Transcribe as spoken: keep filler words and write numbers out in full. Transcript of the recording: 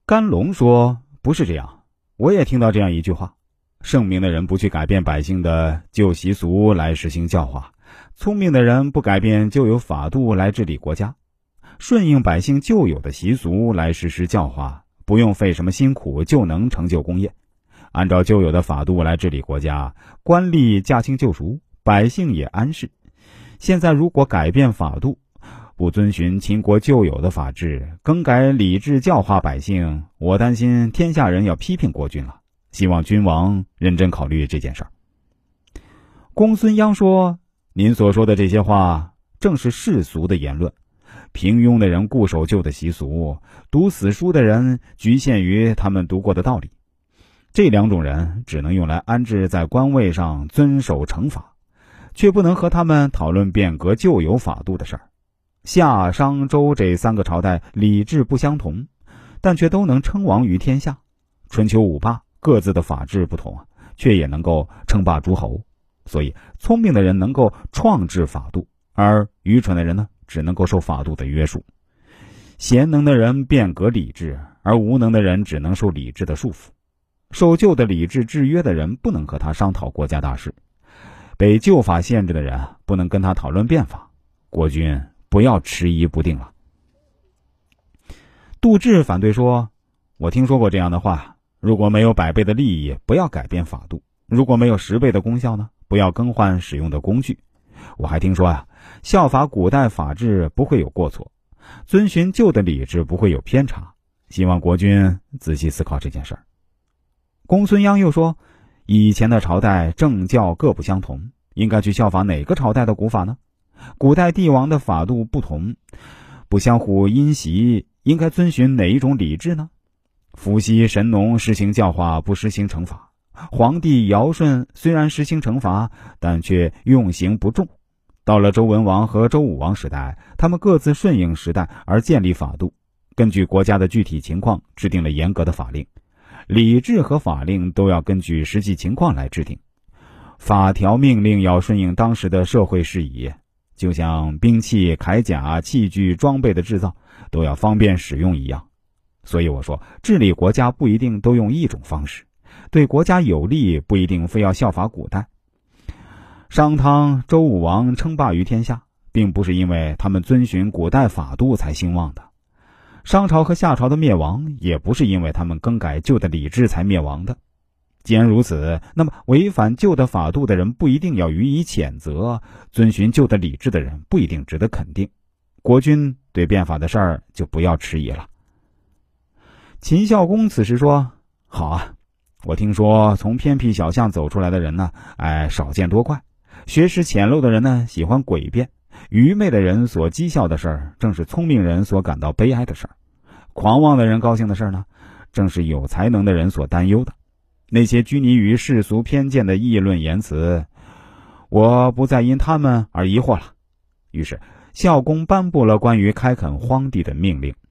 甘龙说：不是这样，我也听到这样一句话，圣明的人不去改变百姓的旧习俗来实行教化，聪明的人不改变旧有法度来治理国家，顺应百姓旧有的习俗来实施教化，不用费什么辛苦就能成就功业。按照旧有的法度来治理国家，官吏驾轻就熟，百姓也安适。现在如果改变法度，不遵循秦国旧有的法制，更改礼制教化百姓，我担心天下人要批评国君了，希望君王认真考虑这件事儿。公孙鞅说：您所说的这些话正是世俗的言论，平庸的人固守旧的习俗，读死书的人局限于他们读过的道理，这两种人只能用来安置在官位上遵守惩罚，却不能和他们讨论变革旧有法度的事儿。夏商周这三个朝代礼制不相同，但却都能称王于天下。春秋五霸各自的法制不同，却也能够称霸诸侯。所以聪明的人能够创制法度，而愚蠢的人呢，只能够受法度的约束。贤能的人变革礼制，而无能的人只能受礼制的束缚。受旧的礼制制约的人不能和他商讨国家大事，被旧法限制的人不能跟他讨论变法。国君不要迟疑不定了。杜挚反对说：我听说过这样的话，如果没有百倍的利益，不要改变法度；如果没有十倍的功效呢，不要更换使用的工具。我还听说啊，效法古代法制不会有过错，遵循旧的礼制不会有偏差。希望国君仔细思考这件事儿。公孙鞅又说：以前的朝代政教各不相同，应该去效法哪个朝代的古法呢？古代帝王的法度不同，不相互因袭，应该遵循哪一种礼制呢？伏羲、神农实行教化，不实行惩罚；皇帝尧舜虽然实行惩罚，但却用刑不重。到了周文王和周武王时代，他们各自顺应时代而建立法度，根据国家的具体情况制定了严格的法令。礼制和法令都要根据实际情况来制定，法条命令要顺应当时的社会事宜，就像兵器、铠甲、器具、装备的制造都要方便使用一样。所以我说，治理国家不一定都用一种方式，对国家有利不一定非要效法古代。商汤、周武王称霸于天下，并不是因为他们遵循古代法度才兴旺的。商朝和夏朝的灭亡，也不是因为他们更改旧的礼制才灭亡的。既然如此，那么违反旧的法度的人不一定要予以谴责，遵循旧的礼制的人不一定值得肯定。国君对变法的事儿就不要迟疑了。秦孝公此时说：好啊，我听说从偏僻小巷走出来的人呢，哎，少见多怪；学识浅陋的人呢，喜欢诡辩；愚昧的人所讥笑的事儿，正是聪明人所感到悲哀的事儿；狂妄的人高兴的事儿呢，正是有才能的人所担忧的。那些拘泥于世俗偏见的议论言辞，我不再因他们而疑惑了。于是孝公颁布了关于开垦荒地的命令。